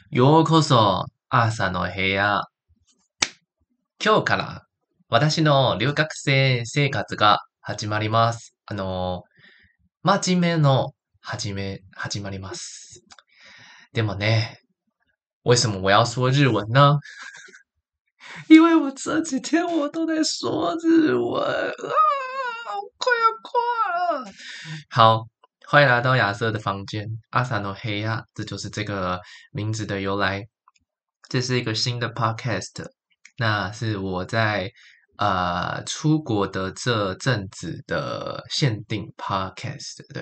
ようこそ、朝の部屋。今日から私の留学生生活が始まります。真面目の始まります。でもね，为什么我要说日文呢？因为我这几天我都在说日文啊，快要挂了。好，欢迎来到亚瑟的房间，阿萨诺黑亚，这就是这个名字的由来。这是一个新的 podcast，那是我在出国的这阵子的限定 podcast 的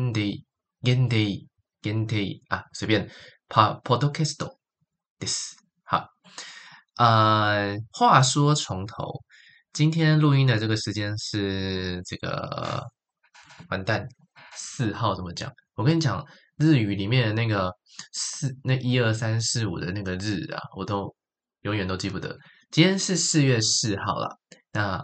Candy 啊，随便 podcast です。好，话说从头，今天录音的这个时间是这个完蛋4号怎么讲？我跟你讲，日语里面的那个那1、2、3、4、5的那个日啊，我都永远都记不得。今天是4月4号啦。那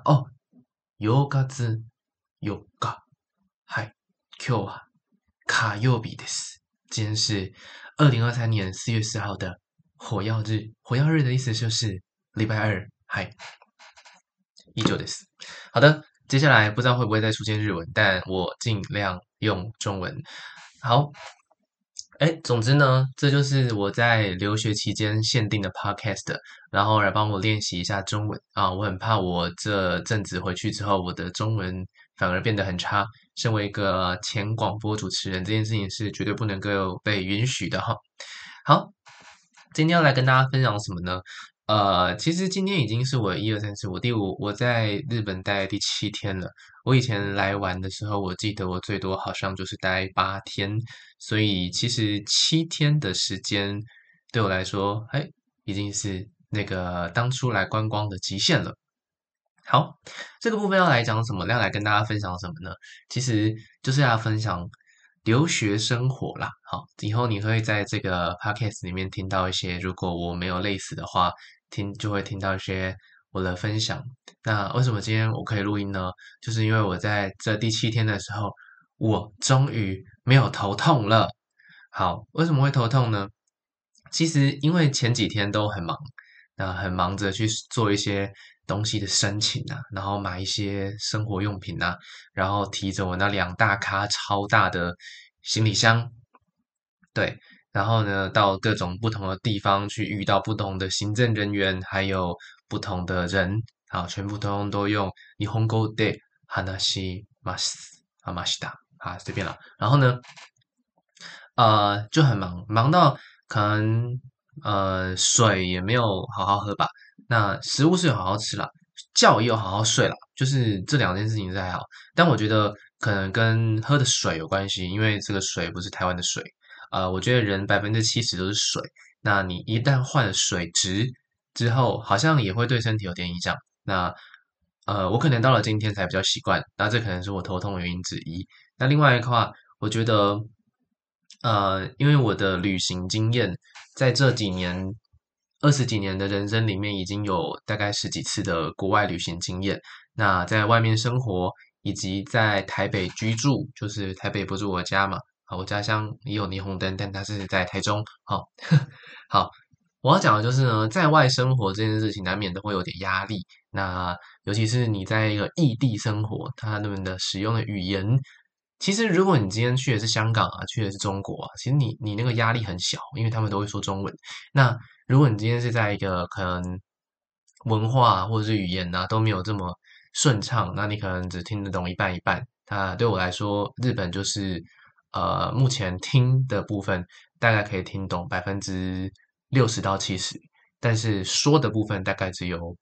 8月4日，はい、今日は火曜日です。今天是2023年4月4号的火曜日。火曜日的意思就是礼拜二。嗨，依旧です。好的，接下来不知道会不会再出现日文，但我尽量用中文。好，总之呢，这就是我在留学期间限定的 podcast，然后来帮我练习一下中文啊。我很怕我这阵子回去之后，我的中文反而变得很差。身为一个前广播主持人，这件事情是绝对不能够被允许的哈。好，今天要来跟大家分享什么呢？其实今天已经是我1、2、3、4、5第5，我在日本待第7天了。我以前来玩的时候，我记得我最多好像就是待8天，所以其实7天的时间对我来说，已经是那个当初来观光的极限了。好，这个部分要来讲什么？要来跟大家分享什么呢？其实就是要分享留学生活啦。好，以后你会在这个 podcast 里面听到一些，如果我没有累死的话，就会听到一些我的分享。那为什么今天我可以录音呢？就是因为我在这第7天的时候，我终于没有头痛了。好，为什么会头痛呢？其实因为前几天都很忙，那很忙着去做一些东西的申请啊，然后买一些生活用品啊，然后提着我那2大咖超大的行李箱，对，然后呢，到各种不同的地方去遇到不同的行政人员，还有不同的人，啊，全部通通都用日本語で話します。ました啊，随便了。然后呢，就很忙，忙到可能水也没有好好喝吧，那食物是有好好吃啦，觉也有好好睡啦，就是这2件事情是还好，但我觉得可能跟喝的水有关系，因为这个水不是台湾的水，我觉得人70%都是水，那你一旦换了水质之后，好像也会对身体有点影响。那我可能到了今天才比较习惯，那这可能是我头痛的原因之一。那另外一个话，我觉得，因为我的旅行经验，在这几年、20几年的人生里面，已经有大概10几次的国外旅行经验。那在外面生活，以及在台北居住，就是台北不是我家嘛，好，我家乡也有霓虹灯，但它是在台中。好，好，我要讲的就是呢，在外生活这件事情，难免都会有点压力。那尤其是你在一个异地生活，他们的使用的语言，其实如果你今天去的是香港啊，去的是中国啊，其实你那个压力很小，因为他们都会说中文。那如果你今天是在一个可能文化或者是语言啊都没有这么顺畅，那你可能只听得懂一半一半。那对我来说，日本就是目前听的部分大概可以听懂60%到70%，但是说的部分大概只有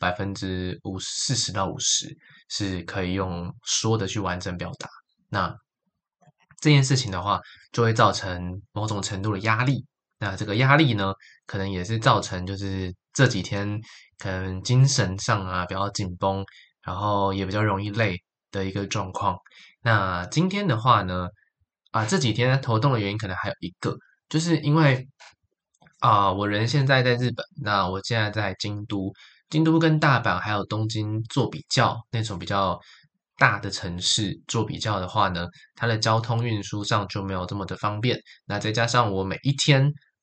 40%到50%是可以用说的去完整表达。那这件事情的话，就会造成某种程度的压力。那这个压力呢，可能也是造成就是这几天可能精神上啊比较紧绷，然后也比较容易累的一个状况。那今天的话呢，这几天头痛的原因可能还有一个，就是因为我人现在在日本，那我现在在京都，京都跟大阪还有东京做比较，那种比较大的城市做比较的话呢，它的交通运输上就没有这么的方便。那再加上我每一天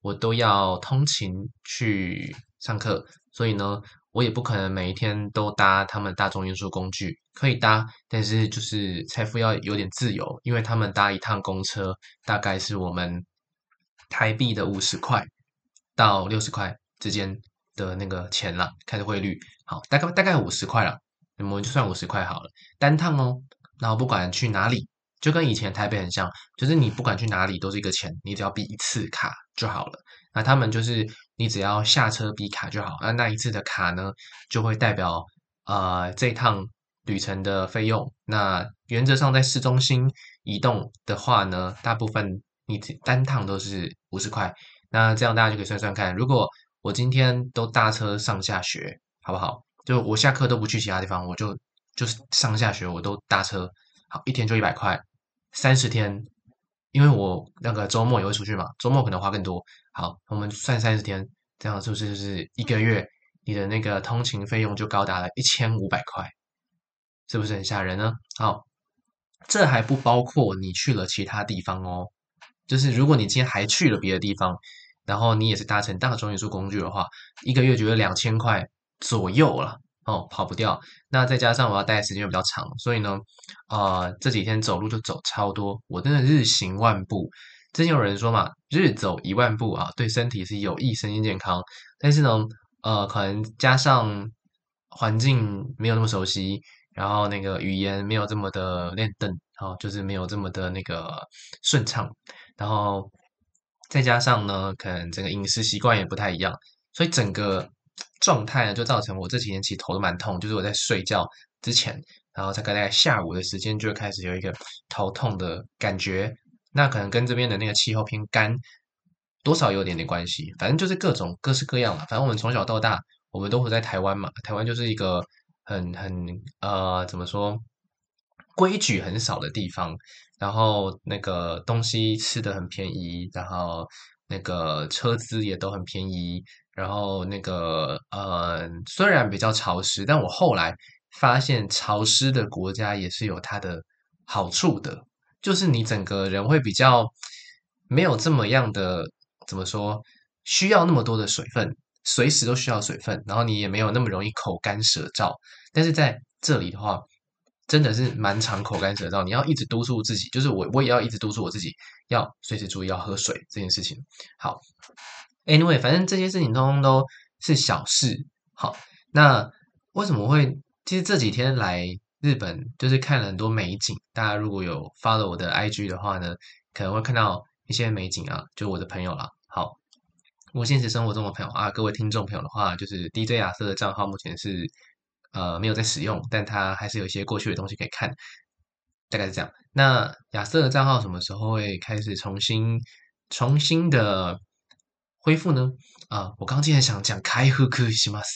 我都要通勤去上课，所以呢，我也不可能每一天都搭他们大众运输工具，可以搭，但是就是财富要有点自由，因为他们搭一趟公车大概是我们台币的50块到60块之间的那个钱啦，看汇率，好，大概50块啦，我们就算50块好了，单趟哦，然后不管去哪里。就跟以前台北很像，就是你不管去哪里都是一个钱，你只要比一次卡就好了。那他们就是你只要下车比卡就好，那一次的卡呢就会代表这一趟旅程的费用。那原则上在市中心移动的话呢，大部分你单趟都是50块。那这样大家就可以算算看，如果我今天都搭车上下学，好不好？就我下课都不去其他地方，就是上下学我都搭车，好，一天就100块。30天，因为我那个周末也会出去嘛，周末可能花更多。好，我们算30天，这样是不是就是一个月你的那个通勤费用就高达了1500块？是不是很吓人呢？好，这还不包括你去了其他地方哦。就是如果你今天还去了别的地方，然后你也是搭乘大众运输工具的话，一个月就有2000块左右了哦，跑不掉。那再加上我要待的时间又比较长，所以呢，这几天走路就走超多，我真的日行万步。之前有人说嘛，日走1万步啊，对身体是有益，身心健康。但是呢，可能加上环境没有那么熟悉，然后那个语言没有这么的练邓，就是没有这么的那个顺畅，然后再加上呢，可能整个饮食习惯也不太一样，所以整个状态呢，就造成我这几天其实头都蛮痛，就是我在睡觉之前，然后大概下午的时间就会开始有一个头痛的感觉，那可能跟这边的那个气候偏干，多少有点点关系，反正就是各种各式各样了。反正我们从小到大，我们都活在台湾嘛，台湾就是一个很怎么说，规矩很少的地方，然后那个东西吃的很便宜，然后那个车资也都很便宜，然后那个虽然比较潮湿，但我后来发现潮湿的国家也是有它的好处的，就是你整个人会比较没有这么样的怎么说，需要那么多的水分，随时都需要水分，然后你也没有那么容易口干舌燥。但是在这里的话，真的是蛮常口干舌燥，你要一直督促自己，就是我也要一直督促我自己，要随时注意要喝水这件事情。好，anyway，反正这些事情通通都是小事。好，那为什么会？其实这几天来日本，就是看了很多美景。大家如果有 follow 我的 IG 的话呢，可能会看到一些美景啊，就我的朋友啦。好，我现实生活中的朋友啊，各位听众朋友的话，就是 DJ 亚瑟的账号目前是没有在使用，但他还是有一些过去的东西可以看，大概是这样。那亚瑟的账号什么时候会开始重新的恢复呢？我刚刚竟然想讲开復します，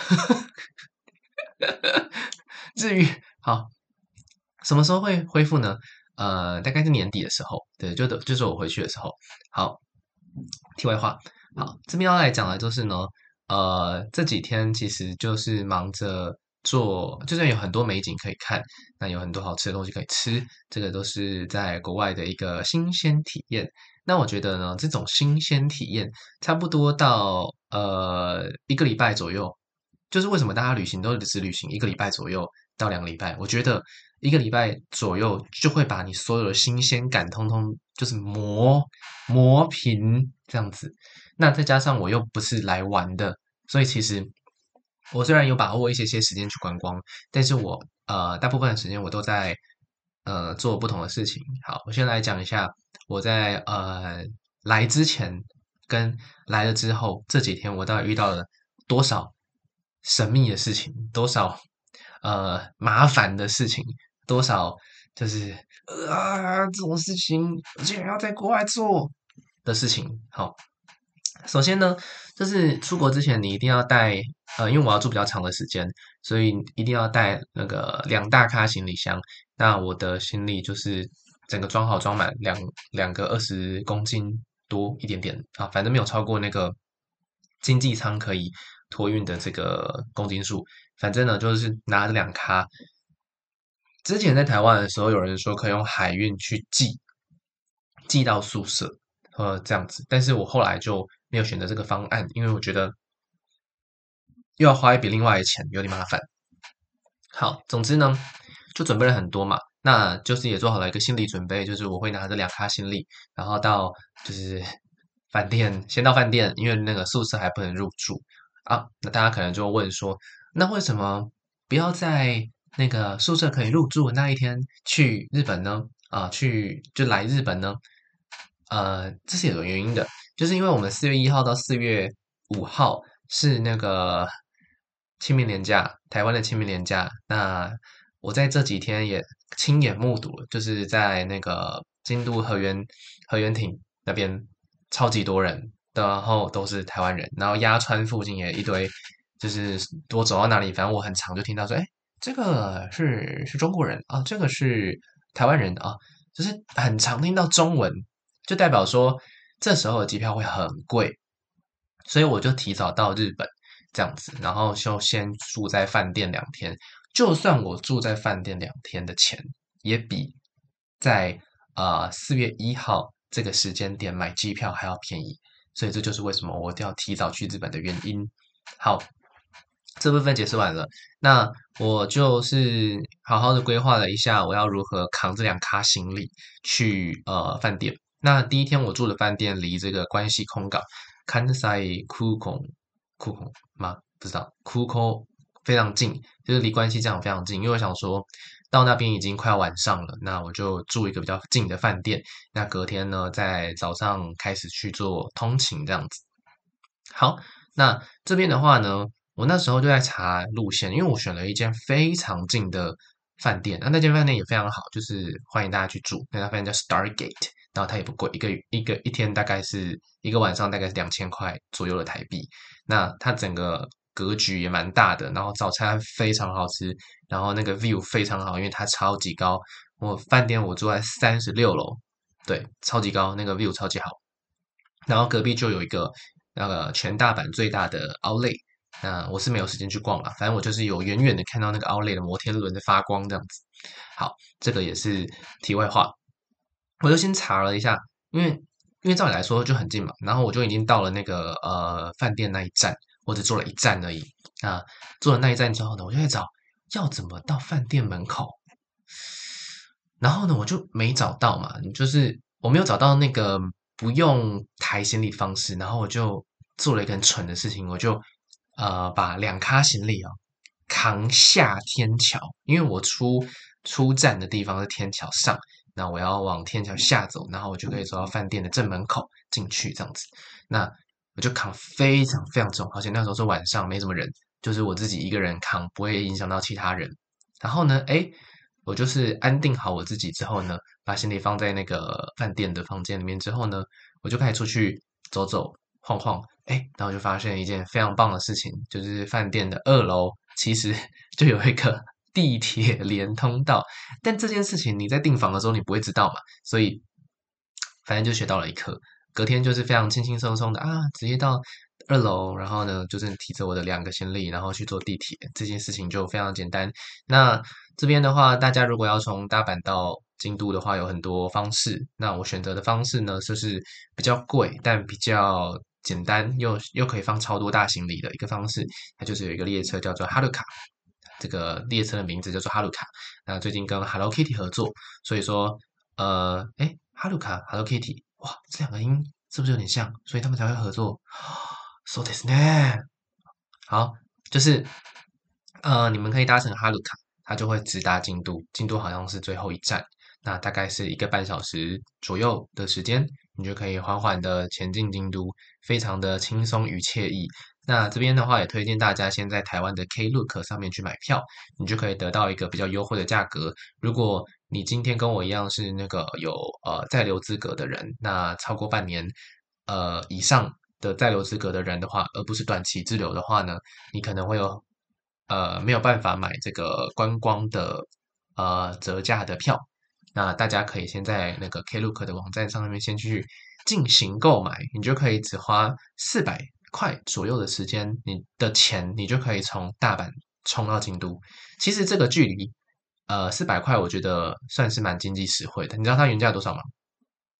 至于好什么时候会恢复呢？大概是年底的时候，对，就是我回去的时候。好，题外话，好，这边要来讲的就是呢，这几天其实就是忙着做，就算有很多美景可以看，那有很多好吃的东西可以吃，这个都是在国外的一个新鲜体验。那我觉得呢，这种新鲜体验差不多到一个礼拜左右，就是为什么大家旅行都只旅行一个礼拜左右到2个礼拜？我觉得一个礼拜左右就会把你所有的新鲜感通通就是磨平这样子。那再加上我又不是来玩的，所以其实我虽然有把握一些时间去观光，但是我大部分的时间我都在做不同的事情。好，我先来讲一下我在来之前跟来了之后这几天我到底遇到了多少神秘的事情，多少麻烦的事情，多少就是这种事情，而且还要在国外做的事情。好，首先呢，就是出国之前你一定要带，因为我要住比较长的时间，所以一定要带那个2大咖行李箱。那我的行李就是整个装好装满两个20公斤多一点点啊，反正没有超过那个经济舱可以托运的这个公斤数。反正呢，就是拿着2咖。之前在台湾的时候，有人说可以用海运去寄到宿舍， 这样子。但是我后来就没有选择这个方案，因为我觉得又要花一笔另外的钱，有点麻烦。好，总之呢，就准备了很多嘛，那就是也做好了一个心理准备，就是我会拿着2卡行李，然后到就是饭店，先到饭店，因为那个宿舍还不能入住啊。那大家可能就问说，那为什么不要在那个宿舍可以入住的那一天去日本呢？就来日本呢？这是有原因的，就是因为我们4月1号到4月5号是那个清明连假，台湾的清明连假。那我在这几天也亲眼目睹了，就是在那个京都河原町那边超级多人，然后都是台湾人，然后鸭川附近也一堆，就是我走到哪里，反正我很常就听到说，哎，这个是中国人啊，这个是台湾人啊，就是很常听到中文，就代表说这时候的机票会很贵，所以我就提早到日本这样子，然后就先住在饭店两天。就算我住在饭店两天的钱，也比在4月1号这个时间点买机票还要便宜。所以这就是为什么我一定要提早去日本的原因。好，这部分解释完了，那我就是好好的规划了一下，我要如何扛这2卡行李去饭店。那第一天我住的饭店离这个关西空港 Kansai Kuko 吗？不知道 Kuko 非常近，就是离关西这样非常近。因为我想说到那边已经快要晚上了，那我就住一个比较近的饭店。那隔天呢，在早上开始去做通勤这样子。好，那这边的话呢，我那时候就在查路线，因为我选了一间非常近的饭店，那间饭店也非常好，就是欢迎大家去住。那家饭店叫 Stargate，然后它也不贵，一天大概是一个晚上大概是2000块左右的台币。那它整个格局也蛮大的，然后早餐非常好吃，然后那个 view 非常好，因为它超级高。饭店我住在36楼，对，超级高，那个 view 超级好。然后隔壁就有一个那个全大阪最大的 Outlet，那我是没有时间去逛了，反正我就是有远远的看到那个 Outlet 的摩天轮在发光这样子。好，这个也是题外话，我就先查了一下，因为照理来说就很近嘛，然后我就已经到了那个饭店那一站，我只坐了一站而已。那坐了那一站之后呢，我就在找要怎么到饭店门口，然后呢，我就没找到嘛，就是我没有找到那个不用抬行李方式，然后我就做了一个很蠢的事情，我就把2卡行李扛下天桥，因为我出站的地方是天桥上，那我要往天桥下走，然后我就可以走到饭店的正门口进去这样子。那我就扛非常非常重，而且那时候是晚上，没什么人，就是我自己一个人扛，不会影响到其他人。然后呢，我就是安定好我自己之后呢，把行李放在那个饭店的房间里面之后呢，我就开始出去走走晃晃，然后就发现一件非常棒的事情，就是饭店的2楼其实就有一个地铁连通道，但这件事情你在订房的时候你不会知道嘛，所以反正就学到了一课。隔天就是非常轻轻松松的直接到2楼，然后呢，就是提着我的2个行李，然后去坐地铁，这件事情就非常简单。那这边的话，大家如果要从大阪到京都的话，有很多方式。那我选择的方式呢，就是比较贵，但比较简单，又可以放超多大行李的一个方式。它就是有一个列车叫做哈鲁卡，这个列车的名字叫做哈鲁卡。那最近跟 Hello Kitty 合作，所以说哈鲁卡 Hello Kitty，哇，这2个音是不是有点像？所以他们才会合作。So this 呢？好，就是你们可以搭乘哈鲁卡，它就会直达京都，京都好像是最后一站，那大概是1个半小时左右的时间，你就可以缓缓的前进京都，非常的轻松与惬意。那这边的话，也推荐大家先在台湾的 Klook 上面去买票，你就可以得到一个比较优惠的价格。如果你今天跟我一样是那个有在留资格的人，那超过半年以上的在留资格的人的话，而不是短期滞留的话呢，你可能会有没有办法买这个观光的折价的票。那大家可以先在那个 Klook 的网站上面先去进行购买，你就可以只花400块左右的时间，你的钱你就可以从大阪冲到京都。其实这个距离400块我觉得算是蛮经济实惠的。你知道它原价多少吗？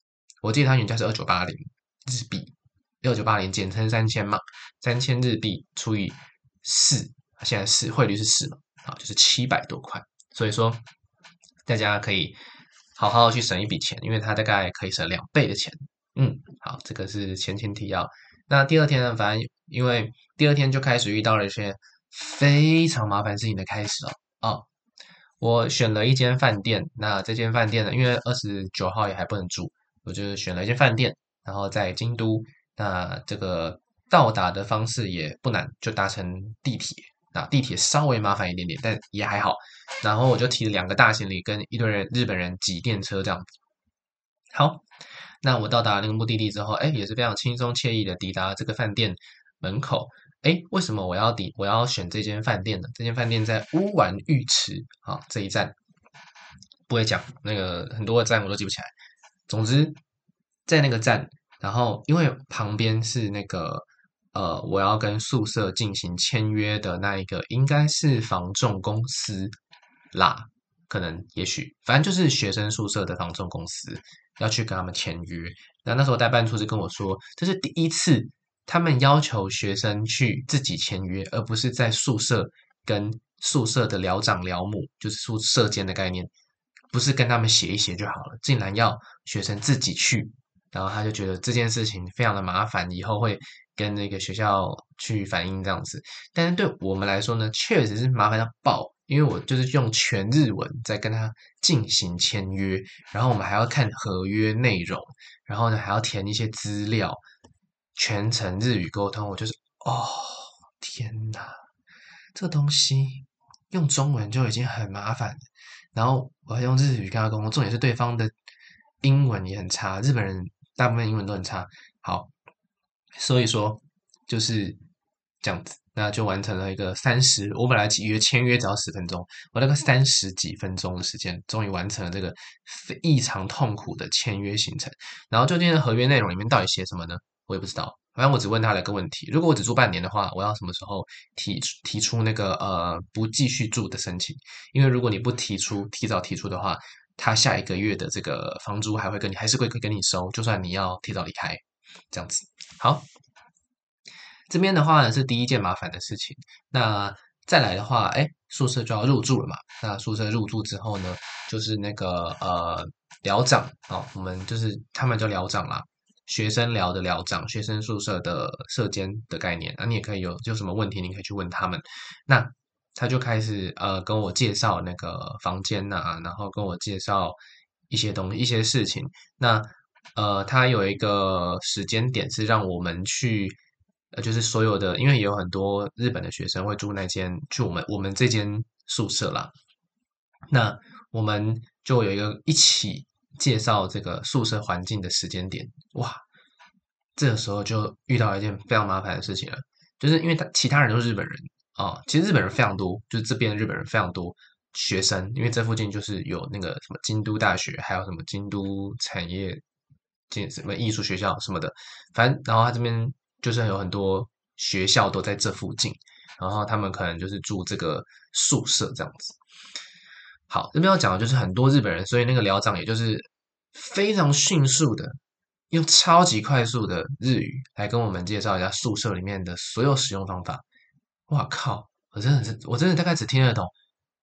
我记得它原价是2980日币，2980简称3000嘛，3000日币除以4，现在汇率是4嘛，好，就是700多块。所以说大家可以好好去省一笔钱，因为它大概可以省2倍的钱。好，这个是前提要。那第二天呢，反正因为第二天就开始遇到了一些非常麻烦事情的开始了。我选了一间饭店，那这间饭店呢，因为29号也还不能住，我就选了一间饭店，然后在京都。那这个到达的方式也不难，就搭乘地铁。那地铁稍微麻烦一点点，但也还好。然后我就提了2个大行李，跟一堆日本人挤电车这样子。好，那我到达那个目的地之后，也是非常轻松惬意的抵达这个饭店门口。为什么我要选这间饭店呢？这间饭店在乌丸浴池这一站，不会讲那个很多的站我都记不起来。总之，在那个站，然后因为旁边是那个我要跟宿舍进行签约的那一个，应该是房仲公司啦，可能也许反正就是学生宿舍的房仲公司要去跟他们签约。那时候代办处是跟我说，这是第一次他们要求学生去自己签约，而不是在宿舍跟宿舍的寮长寮母，就是宿舍间的概念，不是跟他们写一写就好了，竟然要学生自己去。然后他就觉得这件事情非常的麻烦，以后会跟那个学校去反映这样子。但是对我们来说呢，确实是麻烦到爆，因为我就是用全日文在跟他进行签约，然后我们还要看合约内容，然后呢还要填一些资料，全程日语沟通。我就是天哪，这东西用中文就已经很麻烦了，然后我还用日语跟他沟通，重点是对方的英文也很差，日本人大部分英文都很差。好，所以说就是这样子，那就完成了一个我本来签约只要10分钟，我那个30几分钟的时间，终于完成了这个异常痛苦的签约行程。然后究竟的合约内容里面到底写什么呢？我也不知道。反正我只问他了个问题：如果我只住半年的话，我要什么时候提出那个不继续住的申请？因为如果你不提早提出的话，他下一个月的这个房租还是会跟你收，就算你要提早离开，这样子。好，这边的话呢是第一件麻烦的事情。那再来的话，宿舍就要入住了嘛。那宿舍入住之后呢，就是那个寮长我们就是他们叫寮长啦，学生寮的寮长，学生宿舍的舍监的概念。你也可以有什么问题，你可以去问他们。那他就开始跟我介绍那个房间呐，然后跟我介绍一些东西、一些事情。那他有一个时间点是让我们去，就是所有的，因为也有很多日本的学生会住去我们这间宿舍啦。那我们就有一个一起介绍这个宿舍环境的时间点。哇，这个时候就遇到一件非常麻烦的事情了，就是因为其他人都是日本人其实日本人非常多，就是这边的日本人非常多学生，因为这附近就是有那个什么京都大学，还有什么京都产业什么艺术学校什么的，反正然后他这边就是有很多学校都在这附近，然后他们可能就是住这个宿舍这样子。好，这边要讲的就是很多日本人，所以那个寮长也就是非常迅速的用超级快速的日语来跟我们介绍一下宿舍里面的所有使用方法。哇靠！我真的大概只听得懂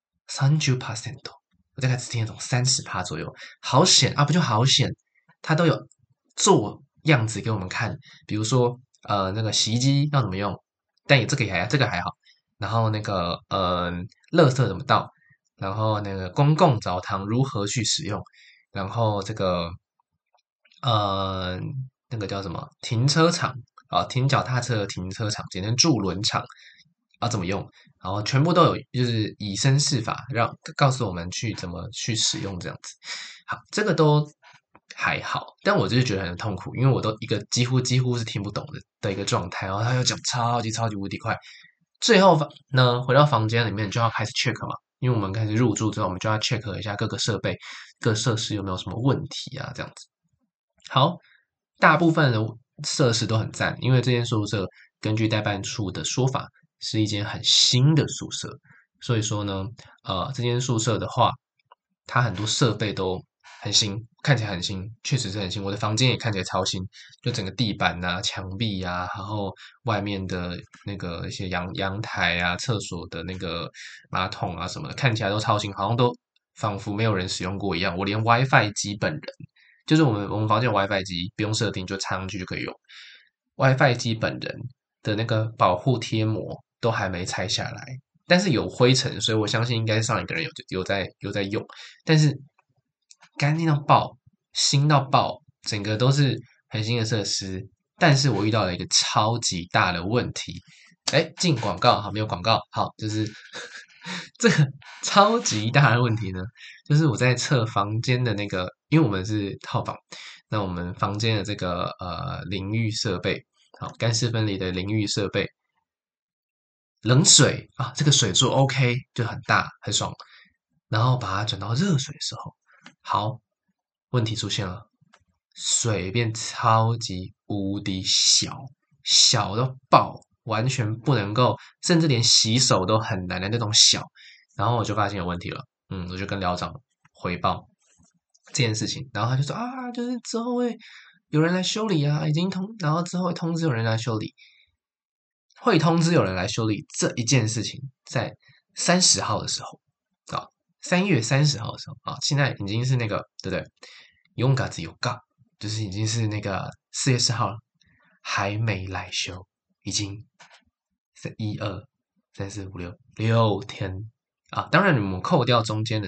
30%，我大概只听得懂30%左右。好险啊，不就好险？他都有做样子给我们看，比如说那个洗衣机要怎么用，但这个还好。然后那个垃圾怎么倒，然后那个公共澡堂如何去使用，然后这个呃那个叫什么停车场停脚踏车的停车场，简称驻轮场怎么用，然后全部都有，就是以身试法，告诉我们怎么去使用这样子。好，这个都还好，但我就是觉得很痛苦，因为我都几乎是听不懂的一个状态，然后他又讲超级无敌快。最后呢，回到房间里面就要开始 check 嘛，因为我们开始入住之后，我们就要 check 一下各个设备、各设施有没有什么问题啊，这样子。好，大部分的设施都很赞，因为这间宿舍根据代办处的说法，是一间很新的宿舍，所以说呢，这间宿舍的话，它很多设备都很新， 看起来很新，确实是很新。我的房间也看起来超新，就整个地板啊、墙壁啊，然后外面的那个一些阳台啊、厕所的那个马桶啊什么的，看起来都超新，好像都仿佛没有人使用过一样。我连 WiFi 机本人，就是我们房间有 WiFi 机，不用设定就插上去就可以用。WiFi 机本人的那个保护贴膜都还没拆下来，但是有灰尘，所以我相信应该是上一个人有在用，但是干净到爆，新到爆，整个都是很新的设施。但是我遇到了一个超级大的问题，哎，进广告好，没有广告好，就是这个超级大的问题呢，就是我在测房间的那个，因为我们是套房，那我们房间的这个淋浴设备，好，干湿分离的淋浴设备，冷水啊，这个水柱 OK 就很大很爽，然后把它转到热水的时候，好，问题出现了，水变超级无敌小，小到爆，完全不能够，甚至连洗手都很难的那种小。然后我就发现有问题了，我就跟寮长回报这件事情，然后他就说啊，就是之后会有人来修理啊，已经然后之后会通知有人来修理，会通知有人来修理这一件事情，在30号的时候啊，3月30号的时候啊，现在已经是那个对不对？用嘎子有嘎，就是已经是那个4月4号了，还没来修，已经是1、2、3、4、5、6、6天啊！当然，你们扣掉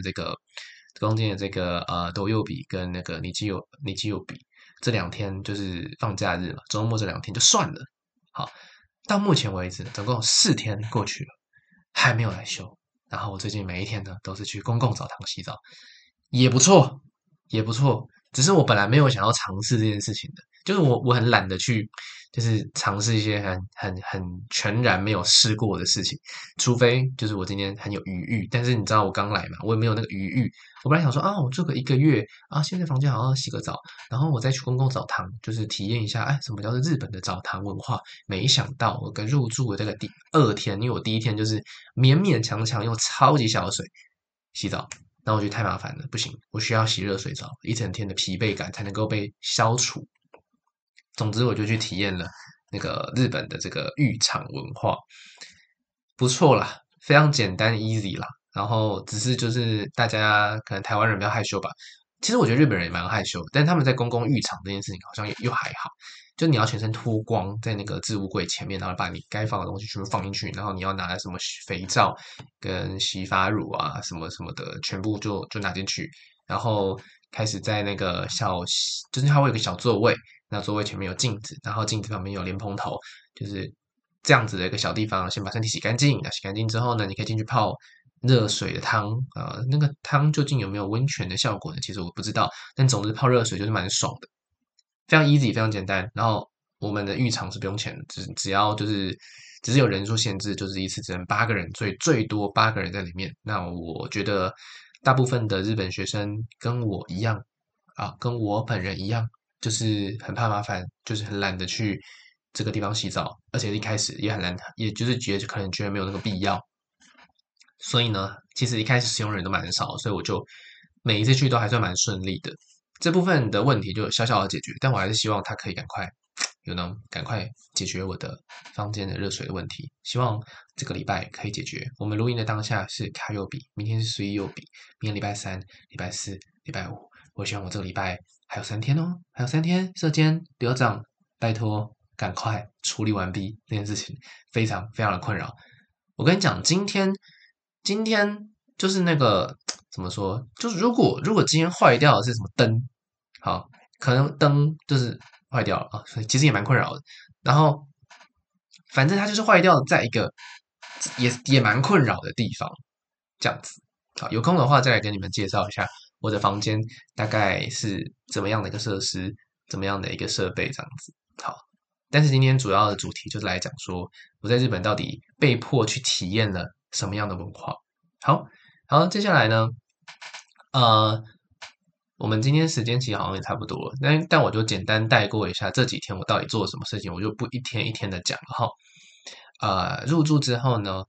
中间的这个斗柚比跟那个尼基柚比这2天就是放假日嘛，周末这2天就算了。好，到目前为止，总共4天过去了，还没有来修。然后我最近每一天呢，都是去公共澡堂洗澡，也不错，也不错。只是我本来没有想要尝试这件事情的，就是我很懒得去，就是尝试一些很全然没有试过的事情，除非就是我今天很有余裕。但是你知道我刚来嘛，我也没有那个余裕。我本来想说啊，我做个1个月啊，现在房间好像洗个澡，然后我再去公共澡堂，就是体验一下，哎，什么叫做日本的澡堂文化？没想到我跟入住的这个第2天，因为我第一天就是勉勉强强用超级小的水洗澡。那我觉得太麻烦了，不行，我需要洗热水澡，一整天的疲惫感才能够被消除。总之，我就去体验了那个日本的这个浴场文化，不错啦，非常简单 easy 啦。然后只是就是大家可能台湾人比较害羞吧，其实我觉得日本人也蛮害羞，但他们在公共浴场这件事情好像又还好，就你要全身脱光在那个置物柜前面，然后把你该放的东西全部放进去，然后你要拿什么肥皂跟洗发乳啊什么什么的，全部就拿进去，然后开始在那个就是它会有个小座位，那座位前面有镜子，然后镜子旁边有莲蓬头，就是这样子的一个小地方，先把身体洗干净。那洗干净之后呢，你可以进去泡热水的汤那个汤究竟有没有温泉的效果呢？其实我不知道，但总之泡热水就是蛮爽的，非常 easy，非常简单。然后我们的浴场是不用钱的，只要只是有人数限制，就是一次只能8个人，最多8个人在里面。那我觉得大部分的日本学生跟我一样啊，跟我本人一样，就是很怕麻烦，就是很懒得去这个地方洗澡，而且一开始也很懒，也就是可能觉得没有那个必要。所以呢，其实一开始使用人都蛮少，所以我就每一次去都还算蛮顺利的。这部分的问题就小小的解决，但我还是希望它可以赶快赶快解决我的房间的热水的问题。希望这个礼拜可以解决。我们录音的当下是开右比，明天是11右比，明天礼拜三、礼拜四、礼拜五。我希望我这个礼拜还有3天哦，还有3天。射箭刘长，拜托赶快处理完毕这件事情，非常非常的困扰。我跟你讲，今天就是那个怎么说？就是如果今天坏掉的是什么灯，好，可能灯就是坏掉了啊，所以其实也蛮困扰的。然后反正它就是坏掉在一个也蛮困扰的地方，这样子。好，有空的话再来跟你们介绍一下我的房间大概是怎么样的一个设施，怎么样的一个设备这样子。好，但是今天主要的主题就是来讲说我在日本到底被迫去体验了什么样的文化。好，好，接下来呢，呃，我们今天时间其实好像也差不多了，但我就简单带过一下这几天我到底做了什么事情，我就不一天一天的讲了哈。入住之后呢，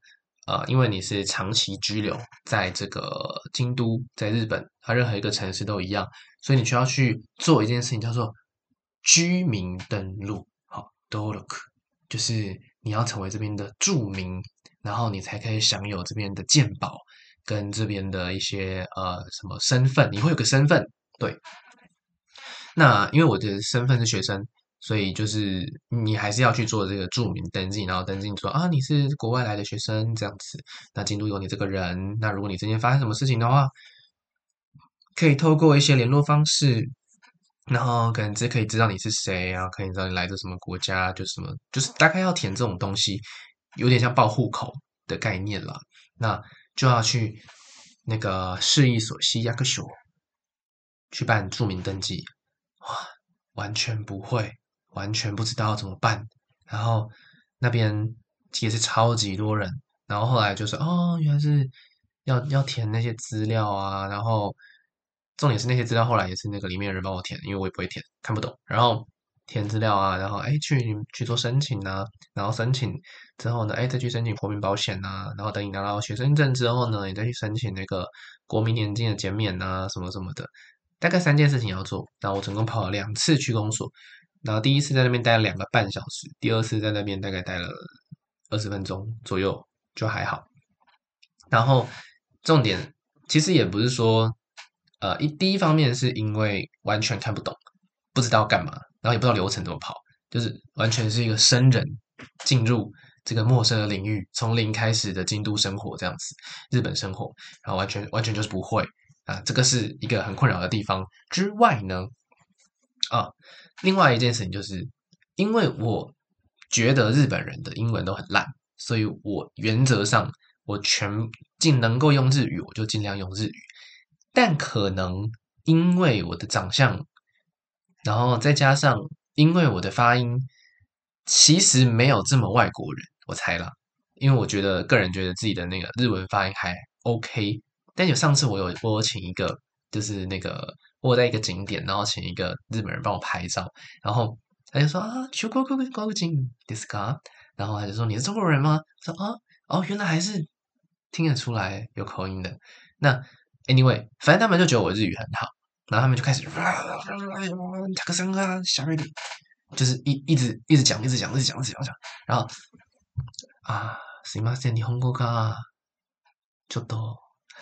因为你是长期居留在这个京都，在日本，它任何一个城市都一样，所以你需要去做一件事情，叫做居民登录。好，登録就是你要成为这边的住民，然后你才可以享有这边的健保跟这边的一些什么身份，你会有个身份，对。那因为我的身份是学生，所以就是你还是要去做这个注明登记，然后登记说啊你是国外来的学生这样子。那京都有你这个人，那如果你之间发生什么事情的话，可以透过一些联络方式，然后可能可以知道你是谁啊，可以知道你来自什么国家，就什么就是大概要填这种东西，有点像报户口的概念啦。那就要去那个市役所西亚克所去办住民登记。哇，完全不会，完全不知道怎么办。然后那边也是超级多人，然后后来就说哦，原来是要填那些资料啊，然后重点是那些资料后来也是那个里面的人帮我填，因为我也不会填，看不懂。然后填资料啊，然后去做申请啊，然后申请之后呢，再去申请国民保险啊，然后等你拿到学生证之后呢，你再去申请那个国民年金的减免啊，什么什么的。大概3件事情要做，然后我总共跑了2次区公所，然后第一次在那边待了2个半小时，第二次在那边大概待了20分钟左右，就还好。然后重点其实也不是说，第一方面是因为完全看不懂，不知道干嘛，然后也不知道流程怎么跑，就是完全是一个生人进入这个陌生的领域，从零开始的京都生活这样子，日本生活，然后完全就是不会啊，这个是一个很困扰的地方。之外呢，啊，另外一件事情就是，因为我觉得日本人的英文都很烂，所以我原则上我尽能够用日语，我就尽量用日语。但可能因为我的长相，然后再加上因为我的发音，其实没有这么外国人，我猜啦。因为个人觉得自己的那个日文发音还 OK，但上次我有请一个，就是那个我在一个景点，然后请一个日本人帮我拍照，然后他就说啊，中国人ですか？然后他就说你是中国人吗？我说啊，哦，原来还是听得出来有口音的。那 anyway，反正他们就觉得我日语很好，然后他们就开始大个声啊，小一点，就是一直讲，然后すいません、日本語がちょっと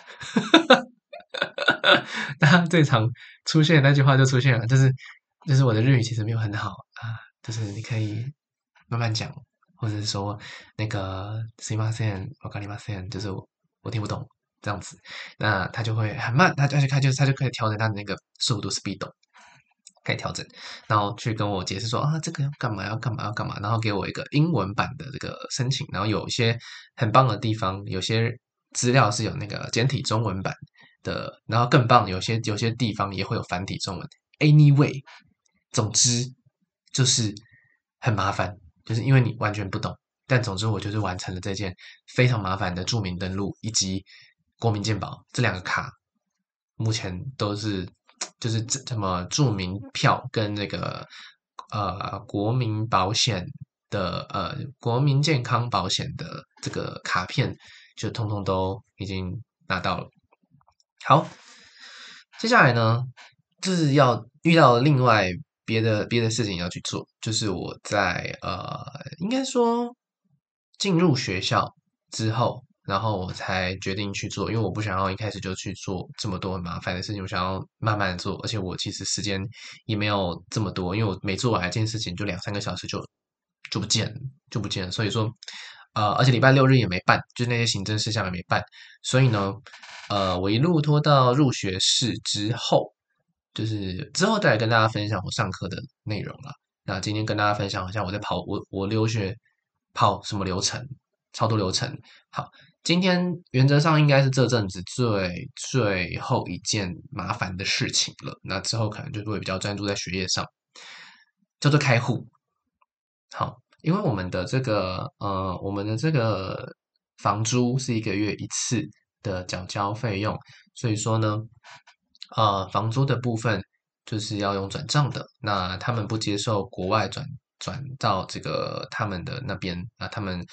那他最常出现的那句话就出现了，就是我的日语其实没有很好啊，就是你可以慢慢讲，或者是说那个すいません、わかりません，就是我听不懂这样子，那他就会很慢，他就可以调整他的那个速度 speed，可以调整，然后去跟我解释说啊，这个要干嘛，要干嘛，要干嘛，然后给我一个英文版的这个申请，然后有一些很棒的地方，有些资料是有那个简体中文版的，然后更棒，有些地方也会有繁体中文。Anyway，总之就是很麻烦，就是因为你完全不懂。但总之，我就是完成了这件非常麻烦的著名登录以及国民健保这2个卡，目前都是就是什么著名票跟那个国民保险的国民健康保险的这个卡片，就通通都已经拿到了。好，接下来呢，就是要遇到另外别的事情要去做，就是我在应该说进入学校之后，然后我才决定去做，因为我不想要一开始就去做这么多很麻烦的事情，我想要慢慢做，而且我其实时间也没有这么多，因为我每做完一件事情就2、3个小时就不见了，所以说而且礼拜六日也没办，就是那些行政事项也没办，所以呢，我一路拖到入学式之后，就是之后再来跟大家分享我上课的内容了。那今天跟大家分享一下我在我留学跑什么流程，超多流程。好，今天原则上应该是这阵子最后一件麻烦的事情了。那之后可能就会比较专注在学业上，叫做开户。好，因为我们的这个房租是1个月1次的缴交费用，所以说呢，房租的部分就是要用转账的。那他们不接受国外转到这个他们的那边，那他们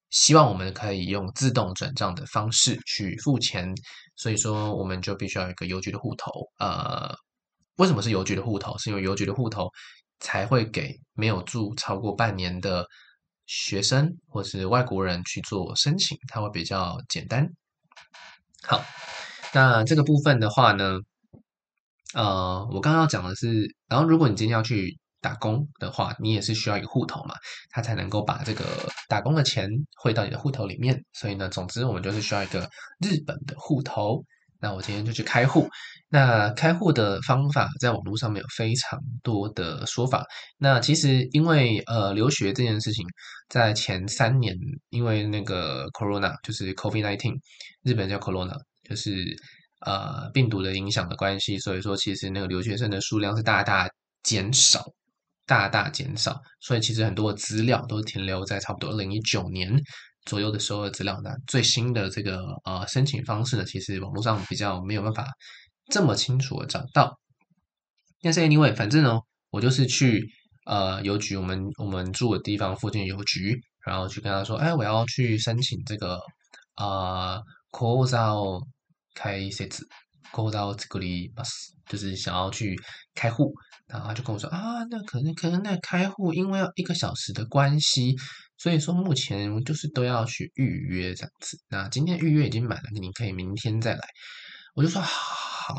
希望我们可以用自动转账的方式去付钱，所以说我们就必须要有一个邮局的户头。为什么是邮局的户头？是因为邮局的户头才会给没有住超过半年的学生或是外国人去做申请，它会比较简单。好，那这个部分的话呢，我刚刚要讲的是，然后如果你今天要去打工的话，你也是需要一个户头嘛，它才能够把这个打工的钱汇到你的户头里面。所以呢，总之我们就是需要一个日本的户头。那我今天就去开户。那开户的方法在网络上面有非常多的说法。那其实因为留学这件事情，在前3年，因为那个 Corona 就是 COVID-19，日本叫 Corona，就是病毒的影响的关系，所以说其实那个留学生的数量是大大减少，大大减少。所以其实很多的资料都停留在差不多2019年左右的时候的资料。那最新的这个申请方式呢，其实网络上比较没有办法这么清楚的找到。但是 anyway，反正呢，我就是去邮局，我们住的地方附近的邮局，然后去跟他说，哎，我要去申请这个口罩开设置，口罩这里 bus，就是想要去开户。然后他就跟我说啊，那可能那开户因为要1个小时的关系，所以说目前就是都要去预约这样子。那今天预约已经满了，你可以明天再来。我就说好。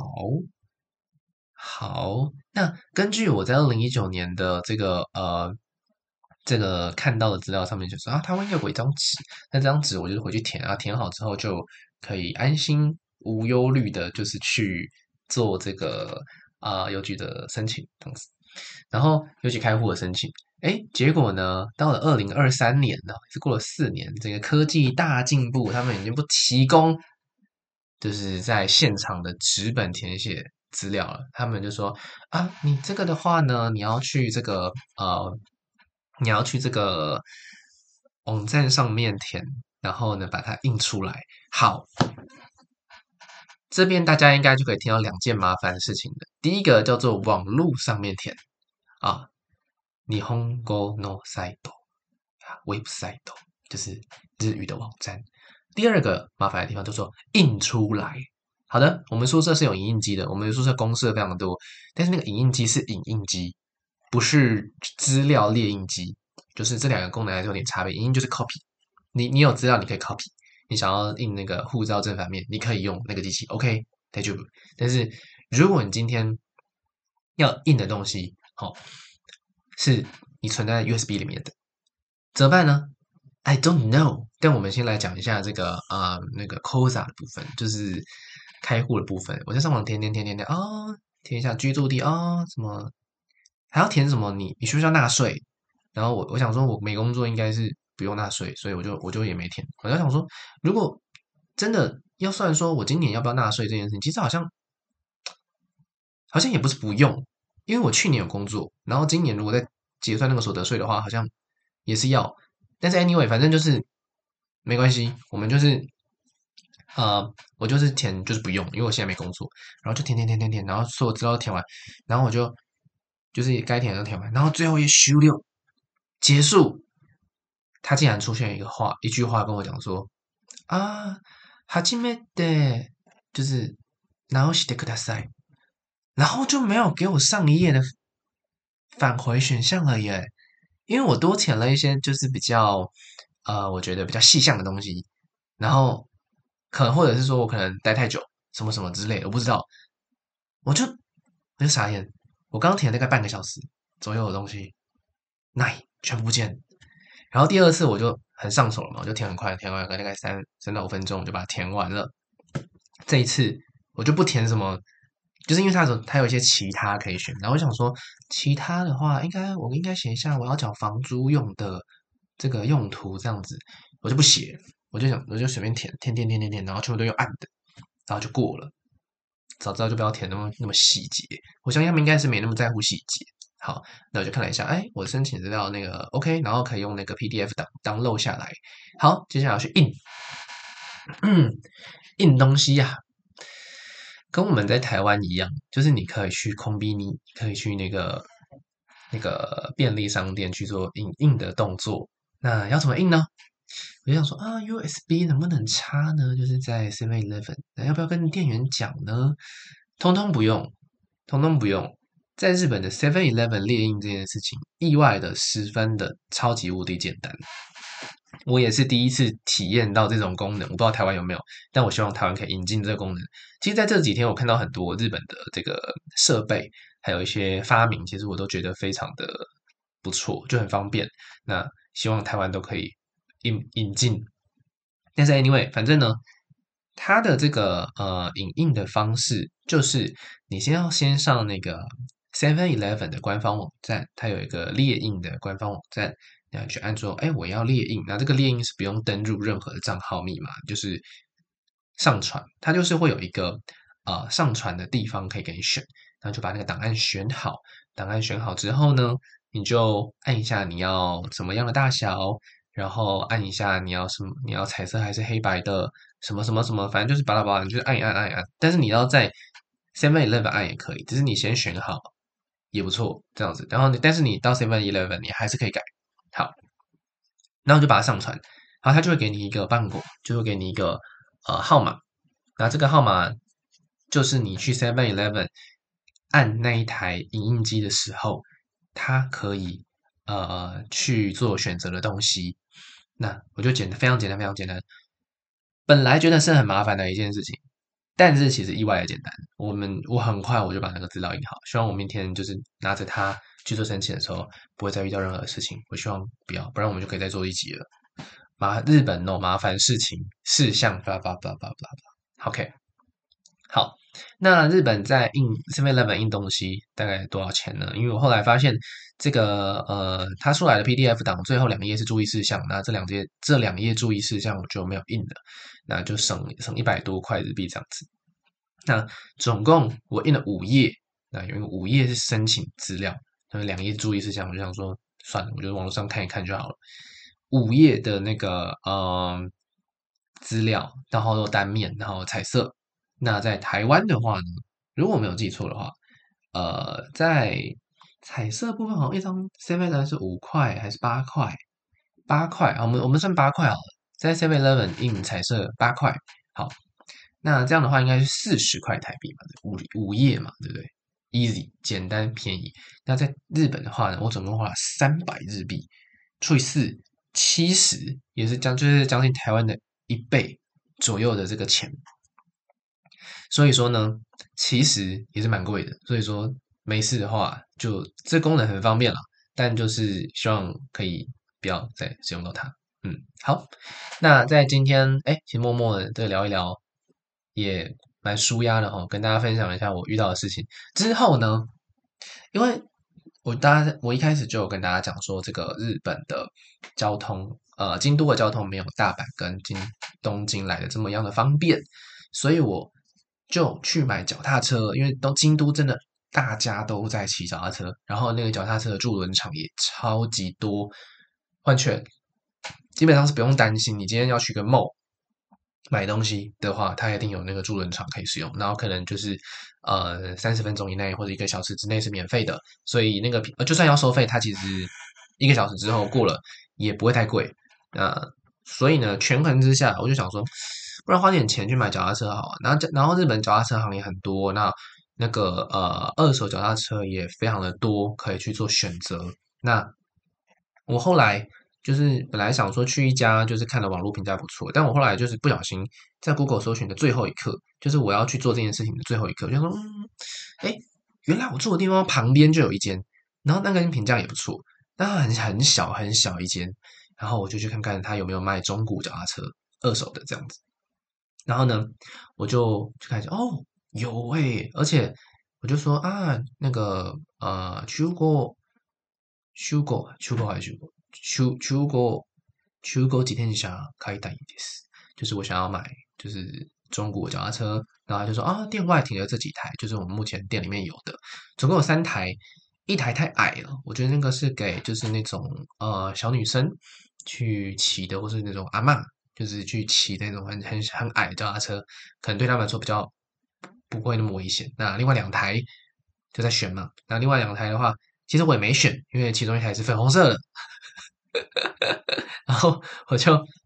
好，那根据我在2019年的这个看到的资料上面，就是啊，他会给我一张纸，那这张纸我就回去填啊，填好之后就可以安心无忧虑的，就是去做这个邮局的申请这样子，然后邮局开户的申请。哎，结果呢，到了2023年呢，是过了4年，这个科技大进步，他们已经不提供就是在现场的纸本填写资料了。他们就说啊，你这个的话呢，你要去这个网站上面填，然后呢把它印出来。好，这边大家应该就可以听到2件麻烦的事情了。第一个叫做网络上面填啊，日本語のサイト，website 就是日语的网站。第二个麻烦的地方就是说印出来。好的，我们宿舍是有影印机的，我们宿舍公设非常多，但是那个影印机是影印机，不是资料列印机，就是这2个功能还是有点差别。影印就是 copy，你有资料你可以 copy，你想要印那个护照正反面，你可以用那个机器，OK，大丈夫。但是如果你今天要印的东西，好、是你存在 USB 里面的，怎么办呢？I don't know。但我们先来讲一下这个那个 COSA 的部分，就是开户的部分。我在上网填啊，填一下居住地啊，什么还要填什么？你需不需要纳税？然后我想说，我没工作应该是不用纳税，所以我就也没填。我在想说，如果真的要算说我今年要不要纳税这件事情，其实好像也不是不用，因为我去年有工作，然后今年如果再结算那个所得税的话，好像也是要。但是 anyway，反正就是没关系，我们就是我就是填就是不用，因为我现在没工作，然后就填，然后所有资料都填完，然后我就是该填的都填完，然后最后終了结束，他竟然出现一句话跟我讲说啊，初めて就是直してください。然后就没有给我上一页的返回选项了耶，因为我多填了一些就是比较我觉得比较细项的东西，然后可能或者是说我可能待太久，什么什么之类的，我不知道，我就傻眼，我刚填了大概半个小时左右的东西，那全部不见。然后第二次我就很上手了嘛，我就填很快，填完大概3到5分钟就把它填完了。这一次我就不填什么，就是因为它有一些其他可以选，然后我想说其他的话，我应该写一下我要缴房租用的这个用途这样子，我就不写，我就随便填，然后全部都用按的，然后就过了。早知道就不要填那么细节，我相信他们应该是没那么在乎细节。好，那我就看了一下，哎，我申请资料那个 OK，然后可以用那个 PDF 档 download 下来。好，接下来要去印，印东西呀、跟我们在台湾一样，就是你可以去空逼你可以去那个便利商店去做印的动作。那要怎么印呢？ 我就想说啊，USB 能不能插呢？就是在 7-Eleven，那要不要跟店员讲呢？通通不用，通通不用。在日本的 7-Eleven 列印这件事情，意外的十分的超级无敌简单。我也是第一次体验到这种功能，我不知道台湾有没有，但我希望台湾可以引进这个功能。其实，在这几天我看到很多日本的这个设备，还有一些发明，其实我都觉得非常的不错，就很方便。那希望台湾都可以引进。但是 anyway，反正呢，它的这个影印的方式，就是你先上那个 7-Eleven 的官方网站，它有一个列印的官方网站，然后去按说，哎，我要列印。那这个列印是不用登入任何的账号密码，就是上传，它就是会有一个上传的地方可以给你选，然后就把那个档案选好。档案选好之后呢，你就按一下你要什么样的大小，然后按一下你要什么，你要彩色还是黑白的，什么什么什么，反正就是巴拉巴拉，你就是按一按按一按。但是你要在 7-Eleven 按也可以，只是你先选好也不错，这样子。然后但是你到 7-Eleven 你还是可以改。好，然后就把它上传，然后他就会给你一个伴果，就会给你一个号码。那这个号码就是你去 7-Eleven 按那一台影印机的时候，它可以去做选择的东西。那我就非常简单，非常简单。本来觉得是很麻烦的一件事情，但是其实意外的简单。我很快我就把那个资料印好，希望我明天就是拿着它去做申请的时候，不会再遇到任何的事情。我希望不要，不然我们就可以再做一集了。日本no 麻烦事项，叭叭叭叭叭叭。OK，好，那日本在印 7-Eleven 印东西大概多少钱呢？因为我后来发现这个它出来的 PDF 档最后2页是注意事项，那这两页注意事项我就没有印了，那就省100多块日币这样子。那总共我印了5页，那因为5页是申请资料，那2页注意事项，我就想说算了，我就网络上看一看就好了。5页的那个资料，然后都单面，然后彩色。那在台湾的话呢，如果我没有记错的话，在彩色部分好像一张 7-Eleven 是5块还是8块？8块啊，我们算8块好了，在 7-Eleven 印彩色8块。好，那这样的话应该是40块台币嘛，五页嘛，对不对？Easy，简单便宜。那在日本的话呢，我总共花了300日币，除以4，70，也是就是将近台湾的1倍左右的这个钱。所以说呢，其实也是蛮贵的。所以说没事的话，就这功能很方便了，但就是希望可以不要再使用到它。好，那在今天，其实默默的聊一聊，也蛮舒压的哈，跟大家分享一下我遇到的事情。之后呢，因为我一开始就有跟大家讲说，这个日本的交通，京都的交通没有大阪跟东京来的这么样的方便，所以我就去买脚踏车，因为京都真的大家都在骑脚踏车，然后那个脚踏车的驻轮场也超级多，换券基本上是不用担心，你今天要去个 mall 买东西的话，它一定有那个驻轮场可以使用，然后可能就是30分钟以内或者1个小时之内是免费的，所以那个就算要收费，它其实1个小时之后过了也不会太贵。所以呢，权衡之下，我就想说，不然花点钱去买脚踏车好啊。然后日本脚踏车行也很多，那个二手脚踏车也非常的多，可以去做选择。那我后来就是本来想说去一家，就是看了网络评价不错，但我后来就是不小心在 Google 搜寻的最后一刻，就是我要去做这件事情的最后一刻，就说哎，原来我住的地方旁边就有一间，然后那个人评价也不错，但它很小很小一间，然后我就去看看他有没有卖中古脚踏车二手的这样子，然后呢，我就去看一下，哦，有诶，而且我就说啊，那个中古还是中古自転車買いたいです，就是我想要买就是中古脚踏车，然后他就说啊，店外停了这几台，就是我们目前店里面有的，总共有3台，一台太矮了，我觉得那个是给就是那种小女生去骑的，或是那种阿嬷，就是去骑那种很矮的脚踏车，可能对他们来说比较不会那么危险。那另外2台就在选嘛，那另外2台的话，其实我也没选，因为其中一台是粉红色的，然后我就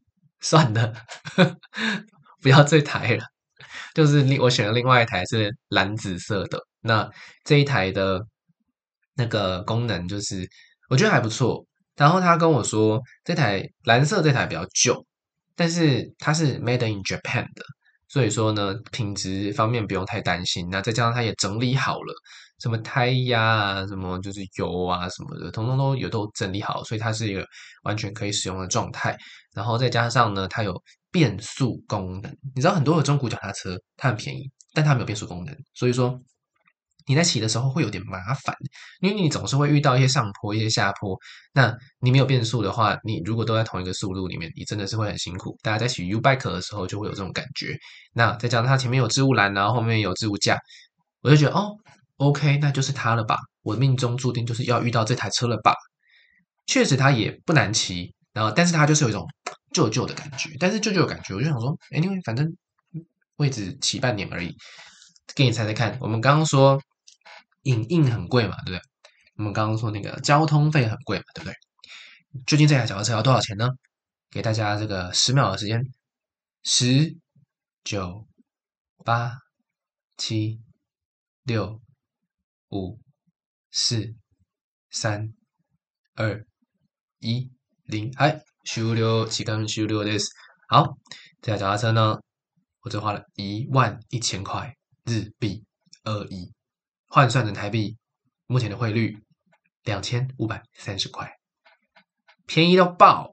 算了，不要这台了。就是我选了另外一台是蓝紫色的，那这一台的那个功能就是我觉得还不错。然后他跟我说，这台蓝色这台比较旧，但是它是 Made in Japan 的，所以说呢，品质方面不用太担心。那再加上它也整理好了，什么胎压啊，什么就是油啊什么的，通通都整理好，所以它是一个完全可以使用的状态。然后再加上呢，它有变速功能。你知道很多的中古脚踏车它很便宜，但它没有变速功能，所以说你在骑的时候会有点麻烦，因为你总是会遇到一些上坡、一些下坡。那你没有变速的话，你如果都在同一个速度里面，你真的是会很辛苦。大家在骑 U bike 的时候就会有这种感觉。那再加上它前面有置物篮，然后后面有置物架，我就觉得哦，OK，那就是它了吧？我命中注定就是要遇到这台车了吧？确实它也不难骑，然后但是它就是有一种旧旧的感觉，但是旧旧的感觉，我就想说，anyway，反正我也只骑半年而已，给你猜猜看，我们刚刚说影印很贵嘛，对不对？我们刚刚说那个交通费很贵嘛，对不对？究竟这台脚踏车要多少钱呢？给大家这个10秒的时间，十、九、八、七、六、五、四、三、二、一、零，嗨，終了，時間終了です。好，这台脚踏车呢，我只花了11000块日币而已，换算成台币，目前的汇率2530块，便宜到爆，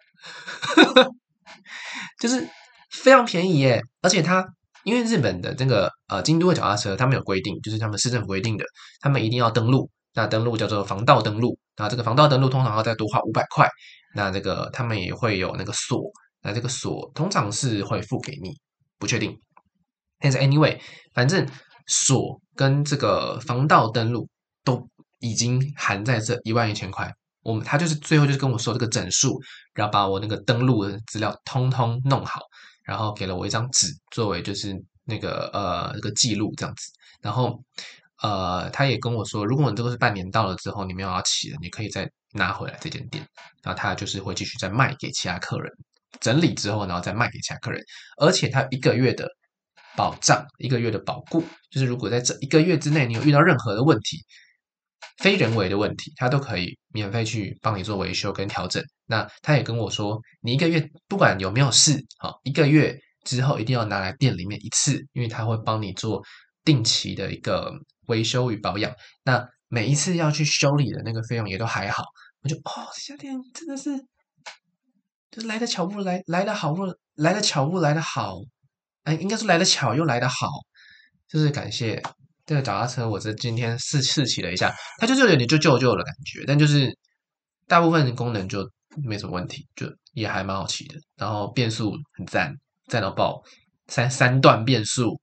就是非常便宜耶！而且它因为日本的这个京都的脚踏车，他们有规定，就是他们市政府规定的，他们一定要登录。那登录叫做防盗登录，那这个防盗登录通常要再多花500块。那这个他们也会有那个锁，那这个锁通常是会付给你，不确定。但是 anyway，反正锁跟这个防盗登录都已经含在这11000块。他就是最后就是跟我说这个整数，然后把我那个登录的资料通通弄好，然后给了我一张纸作为就是那个记录这样子。然后他也跟我说，如果你这个是半年到了之后你没有要骑了，你可以再拿回来这间店，然后他就是会继续再卖给其他客人，整理之后然后再卖给其他客人，而且他1个月的保障1个月的保固，就是如果在这1个月之内你有遇到任何的问题，非人为的问题，他都可以免费去帮你做维修跟调整。那他也跟我说，你1个月不管有没有事，好，1个月之后一定要拿来店里面一次，因为他会帮你做定期的一个维修与保养。那每一次要去修理的那个费用也都还好，我就这家店真的是，就是来的巧不来的好不来的巧不来的好，哎，应该说来的巧又来的好，就是感谢这个脚踏车，我今天试骑了一下，它就是有点旧旧的感觉，但就是大部分功能就没什么问题，就也还蛮好骑的。然后变速很赞，赞到爆，三段变速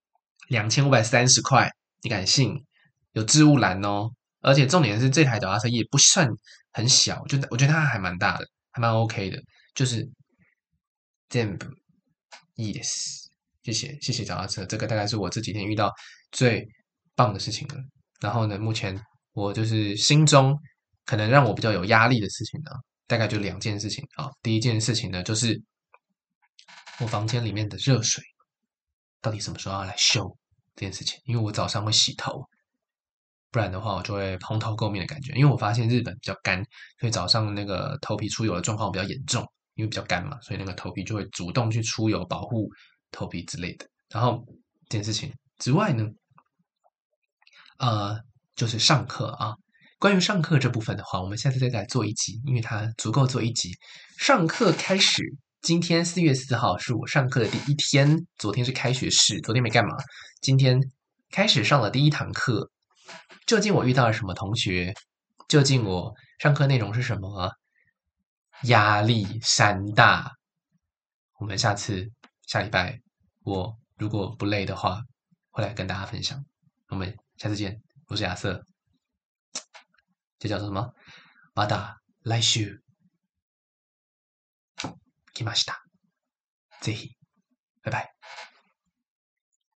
2530块，你敢信？有置物篮哦，而且重点是这台脚踏车也不算很小，就我觉得它还蛮大的，还蛮 OK 的，就是全部 yes。谢谢脚踏车，这个大概是我这几天遇到最棒的事情了。然后呢，目前我就是心中可能让我比较有压力的事情呢，大概就2件事情啊。第一件事情呢，就是我房间里面的热水到底什么时候要来修这件事情，因为我早上会洗头，不然的话我就会蓬头垢面的感觉。因为我发现日本比较干，所以早上那个头皮出油的状况比较严重，因为比较干嘛，所以那个头皮就会主动去出油保护头皮之类的。然后这件事情之外呢，就是上课啊。关于上课这部分的话，我们下次再来做一集，因为它足够做一集。上课开始，今天4月4号是我上课的第一天，昨天是开学式，昨天没干嘛，今天开始上了第一堂课。究竟我遇到了什么同学？究竟我上课内容是什么？压力山大。我们下礼拜，我如果不累的话，会来跟大家分享。我们下次见，我是亚瑟，这叫做什么？また来週来ました。ぜひ，拜拜。